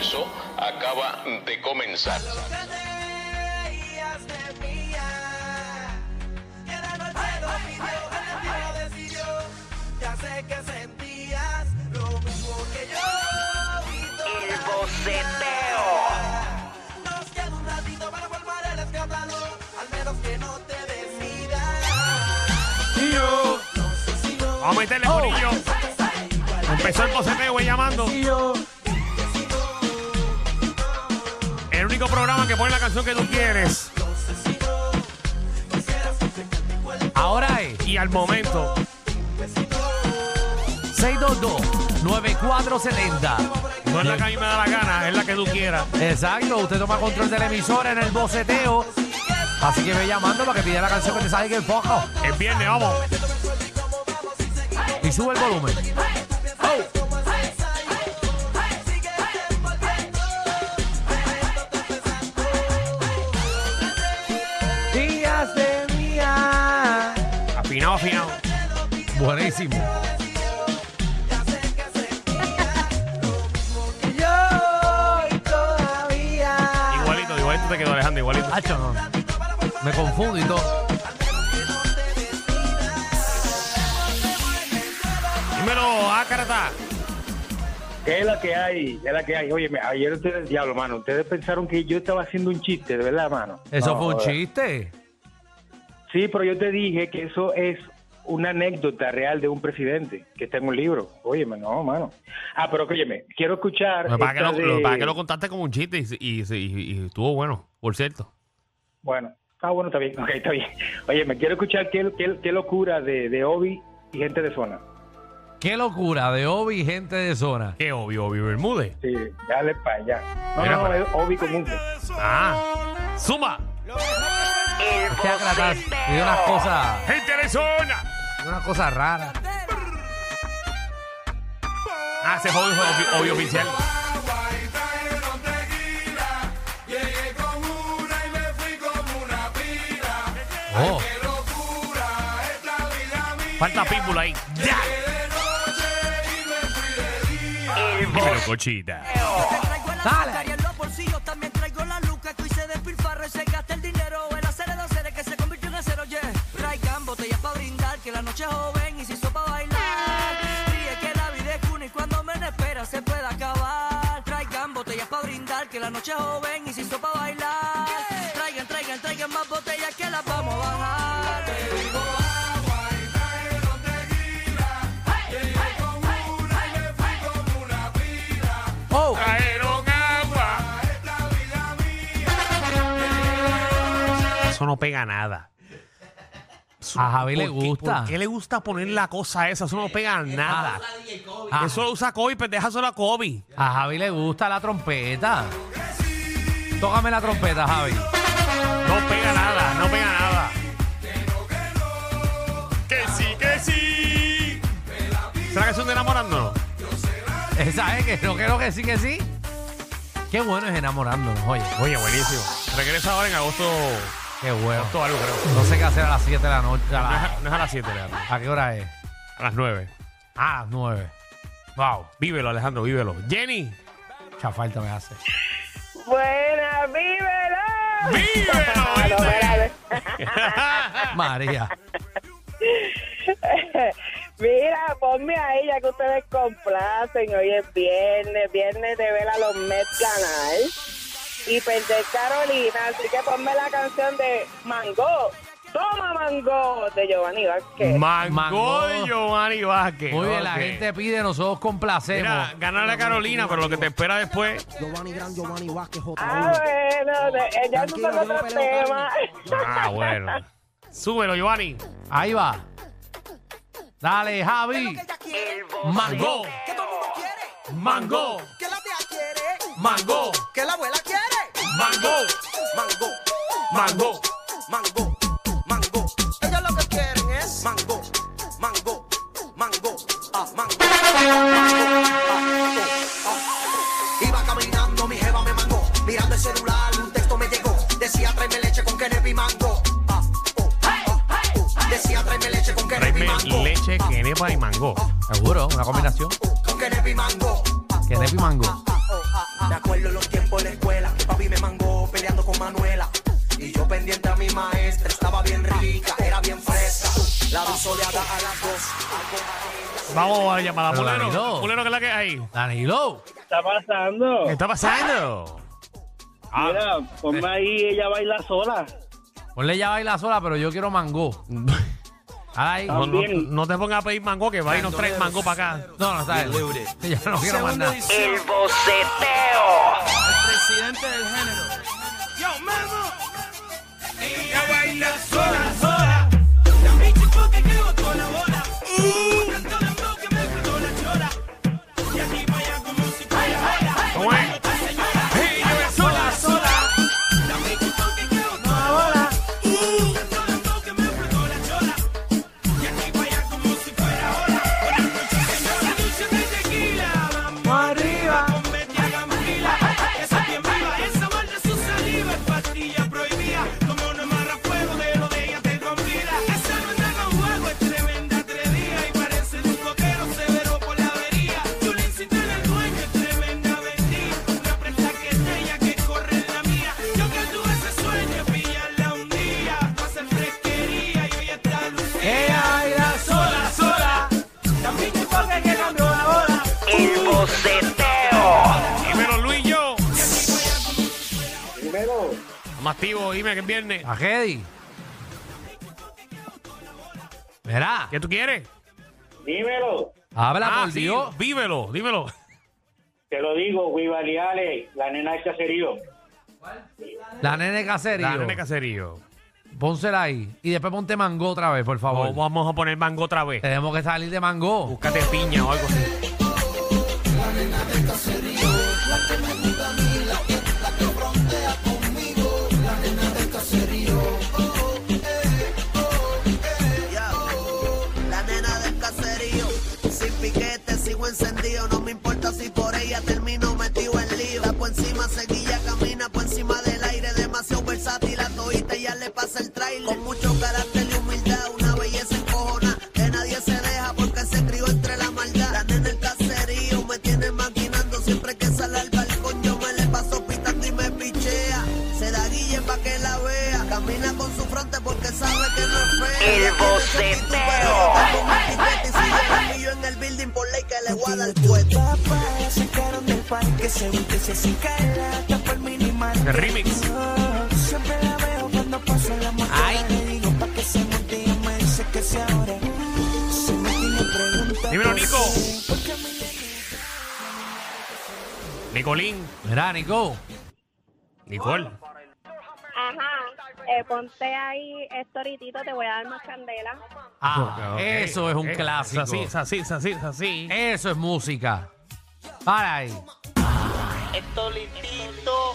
suspenso acaba de comenzar. Ya sé que sentías lo mismo que yo. El boceteo. Nos queda un ratito para formar el escándalo. Al menos que no te decidas. Vamos a meterle corillo. Empezó el boceteo, voy llamando. El único programa que pone la canción que tú quieres. Ahora es Y al momento. 622-9470. No es la que a mí me da la gana, es la que tú quieras. Exacto, usted toma control de la emisora en el boceteo. Así que ve llamando para que pida la canción que te salga en foco. Es viernes, vamos. Y sube el volumen. Días de mía. Afinado, afinado. Buenísimo. Igualito te quedó, Alejandro, igualito. Hacho, no. Me confundo y todo. Dímelo, Ácarata. ¿Qué es la que hay? ¿Qué es la que hay? Oye, ayer ustedes, diablo, mano, ustedes pensaron que yo estaba haciendo un chiste, de verdad, mano. Eso No, fue un joder. chiste. Sí, pero yo te dije que eso es una anécdota real de un presidente que está en un libro. Óyeme, no, mano. Pero óyeme, quiero escuchar. Para esta que lo contaste como un chiste y estuvo bueno, por cierto. Bueno, bueno, está bien, ok, está bien. Óyeme, quiero escuchar qué locura de Obi y gente de zona. Qué locura de Obi y gente de zona. Qué obvio, Bermúdez. Sí, dale para allá. Mira No, para- es Obi con un. Suma. El Es que Ácratas y de boceteo. unas cosas, Gente de zona. de unas cosas raras. Ese es obvio oficial. Oh, Falta Pitbull ahí. ¡Ya! El Dímelo, cochita. dale. En los bolsillos también traigo la luca que hoy se despilfarra y se gasta el dinero. El acero seres que se convirtió en acero, yeah. Traigan botellas para brindar, que la noche es joven y se hizo para bailar. Ríe que la vida es una y cuando menos espera se puede acabar. Traigan botellas para brindar, que la noche es joven y se hizo para bailar. Traigan más botellas que las vamos a bajar. Oh, Trajeron agua. Eso no pega nada. a Javi le ¿Por qué- gusta. ¿Por qué le gusta poner la cosa esa? Eso no pega nada. Ah, Eso lo usa Kobe, pues déjaselo a Kobe. a Javi le gusta la trompeta. Tócame la trompeta, Javi. No pega nada, no pega nada. Que sí, que sí. ¿Será que son de enamorándonos? Esa es que no creo que sí, que sí. Qué bueno es enamorándonos, oye. Oye, buenísimo. Regresa ahora en agosto, Qué bueno. agosto algo, creo. No sé qué hacer a las 7 de la noche. No es a las 7, Leandro. ¿A qué hora es? A las 9. A las 9. Wow. Vívelo, Alejandro, vívelo. Jenny. Mucha falta me hace. Buena, vívelo. ¡Vívelo! No, espérate. María. Mira, ponme ahí ya que ustedes complacen. Hoy es viernes de ver a los Mets ganar y perder Carolina. Así que ponme la canción de Mango. Toma Mango de Giovanni Vázquez. Mango de Giovanni Vázquez. Muy bien, la Ok. gente pide, nosotros complacemos. Mira, ganarle a Carolina, pero lo que te espera después. Ah, bueno, ya eso son otros temas. Ah, bueno. Súbelo, Giovanni. Ahí va. Dale, Javi. El Mango. Que todo el mundo quiere. Mango. Que la tía quiere. Mango. Que la abuela quiere. Mango. Mango. Mango. Mango. Mango. Ellos lo que quieren es Mango, mango, mango, mango. Iba caminando, mi jeva me mangó. Mirando el celular, un texto me llegó. Decía, tráeme leche con quenepa y mango. Decía, tráeme leche con quenepa y Tráeme mango. leche, quenepa y mango. Seguro, una combinación. Con quenepa y mango. Quenepa y mango. Me acuerdo los tiempos de la escuela, que papi me mangó peleando con Manuela. Y yo pendiente a mi maestra, estaba bien rica, era bien fresca. La vi soleada a las 2. Vamos a llamar a Pero Mulero. Danilo. Mulero, ¿qué es la que hay? Danilo. ¿Qué está pasando? ¿Qué está pasando? Mira, ponme ahí, ella baila sola. Ponle ya baila sola, pero yo quiero mango. Ay, No, no te pongas a pedir mango, que va y nos trae mango para acá. no, está bien. Ya no quiero más nada. El boceteo. Presidente del género. Yo, Memo. Ella baila sola, sola. Dame chico que quedo con la bola. Tanto dembow que me explotó la chora. Y aquí para allá como si fuera bola. ¿Cómo es? Ella es sola, sola. Dame chico que quedo con la bola. Tanto dembow que me explotó la chora. Y aquí para allá como si fuera bola. Buenas noches, señora. Dulce de tequila. Vamos arriba. Con Betty hagan fila. Esa bien viva, esa muerde su saliva. Es pastilla prohibida. Como no amarra fuego de lo de ella te convida. Esa no anda con juego, es tremenda atrevida. Y parece un coquero severo por la avería. Yo le incité en el dueño, es tremenda vendida. Una presa que es de ella que corre en la mía. Yo que tuve ese sueño, pillarla un día. Pa' hacer fresquería y hoy está lucida. Ella baila sola, sola. También que porque que cambió la bola. El boceteo. Dímelo, Luis, yo. Primero, Más activo, dime que es viernes. A Hedy. Mira, ¿Qué tú quieres? dímelo. habla por sí, Dios. dímelo, dímelo. Te lo digo, Guivaliale, la nena del caserío. La nene caserío. La nene caserío. Pónsela ahí. Y después ponte mango otra vez, por favor. Vamos a poner mango otra vez. Tenemos que salir de mango. Búscate piña o algo así. La nena del caserío, sin piquete, sigo encendido. No me importa si por ella termino metido en lío. Está por encima, seguilla, camina por encima del aire. Demasiado versátil, a todita ya le pasa el trailer. Con mucho carácter y humildad, una belleza encojona. Que nadie se deja porque se crió entre la maldad. La nena del caserío me tiene maquinando. Siempre que sale al balcón yo me le paso pitando y me pichea. Se da guille pa' que la vea. Camina con su frente porque sabe que no es fea. El boceteo. Y yo en el building por ley que le voy a dar puesto. Sacaron del parque, se viste sin cara, por minimal. El remix. Siempre la veo cuando paso la motora. Le digo pa' que se monte y me dice que se ahora. Si me tiene preguntas, Dímelo, Nico. ¿por qué me Nicolín. Mira, Nico. Nicole. Ajá, ponte ahí esto ahorita, te voy a dar más candela. Ah, Ok. eso es un clásico. Es así. Eso es música. Para ahí. Esto lindito.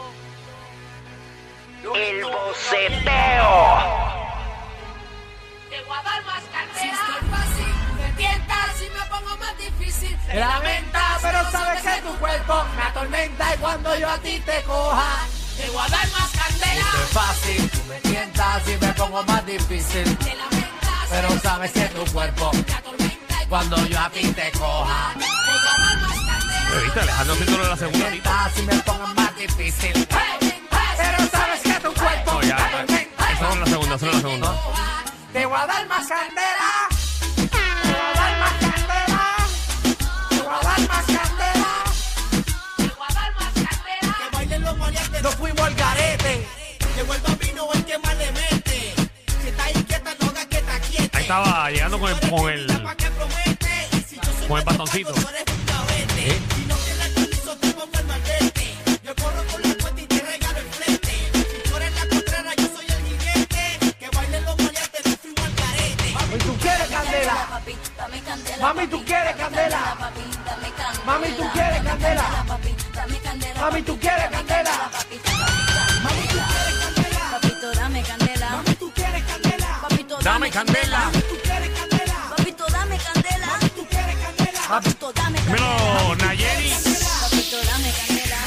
El boceteo. Te voy a dar más candela. Si estoy fácil, me tientas y me pongo más difícil. Te lamenta, pero sabes que tu cuerpo me atormenta y cuando yo a ti te coja. Te voy a dar más candela. Esto es fácil, tú me tientas y me pongo más difícil. Te lamentas, Pero sabes que tu cuerpo, te atormenta y cuando yo a ti te coja, te voy a dar más candela. ¿Viste? Alejandro haciéndolo en la segunda ahorita. tientas y me pongo más difícil. Pero sabes que tu cuerpo No, me ya. atormenta y Eso es en la segunda, eso es en la segunda. te voy a dar más candela. Te voy a dar más candela. Te voy a dar más candela. Te voy a dar más candela. Que bailen los maleantes, nos fuimos al garete. Que vuelva vino el que más le mete. Si estás inquieta, no hagas que te aquiete. Ahí estaba llegando con el Pa' que promete. Y si yo soy con el bastoncito. tú eres un cabete. Si no quieres permiso, te pongo el malvete. Yo corro con la cuenta y te regalo el flete. Si tú eres la cotrera, yo soy el jinete. Que bailen los maleantes, nos fuimos al garete. Mami, tú quieres candela. Mami, tú quieres candela. Mami, tú quieres candela. Mami, tú quieres candela. Mami, tú quieres candela. Papito, dame candela. Mami, tú quieres candela. Papito, Dame candela. Tú quieres candela. Papito, dame candela. Tú quieres candela. Papito, dame candela. Dímelo, Nayeli. Papito, dame candela.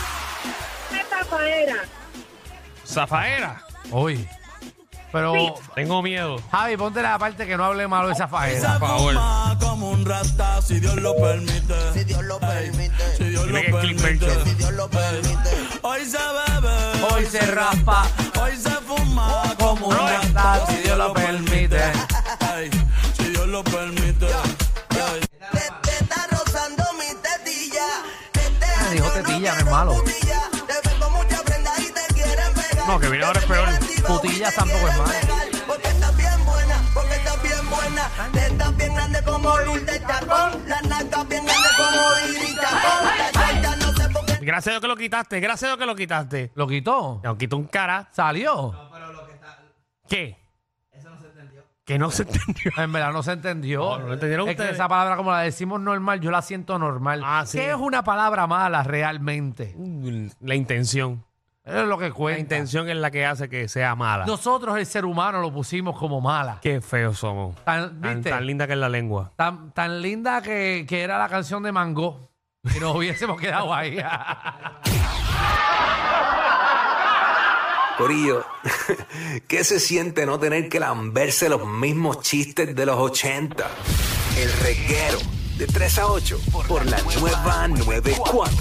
Zafaera. Uy. Pero, Tengo miedo. Javi, ponte la parte que no hable malo de esa fajera. Por favor. Como un rata, si Dios lo permite. Si Dios lo permite. Si Dios Dile que es clickbait show. Si Dios lo permite. Hoy se bebe, Hoy se raspa hoy se fuma como un rata, si Dios lo permite. Ay, si Dios lo permite. Ay. Te está rozando mi tetilla. Dijo tetilla, no es malo. Te vengo mucha prenda y te quieren pegar. No, que viene ahora es peor. Putillas tampoco es malo. Porque estás bien buena, porque estás bien buena. Te estás bien grande como Lourdes Chacón. Las nalgas bien grandes como Iris Chacón. Ya no sé por qué. Gracias a Dios que lo quitaste. Gracias a Dios que lo quitaste. ¿Lo quitó? Nos quitó un cara. ¿Salió? ¿Qué? Eso no se entendió. Que no se entendió. En verdad no se entendió. No, no lo entendieron es que ustedes. esa palabra, como la decimos normal, yo la siento normal. Ah, sí. ¿Qué es una palabra mala realmente? La intención. Eso es lo que La cuenta. intención es la que hace que sea mala. Nosotros, el ser humano, lo pusimos como mala. Qué feos somos. ¿Viste? Tan linda que es la lengua. Tan linda que era la canción de Mango. Y nos hubiésemos quedado ahí. Corillo, ¿qué se siente no tener que lamberse los mismos chistes de los 80? El reguero de 3 a 8 por la nueva 94.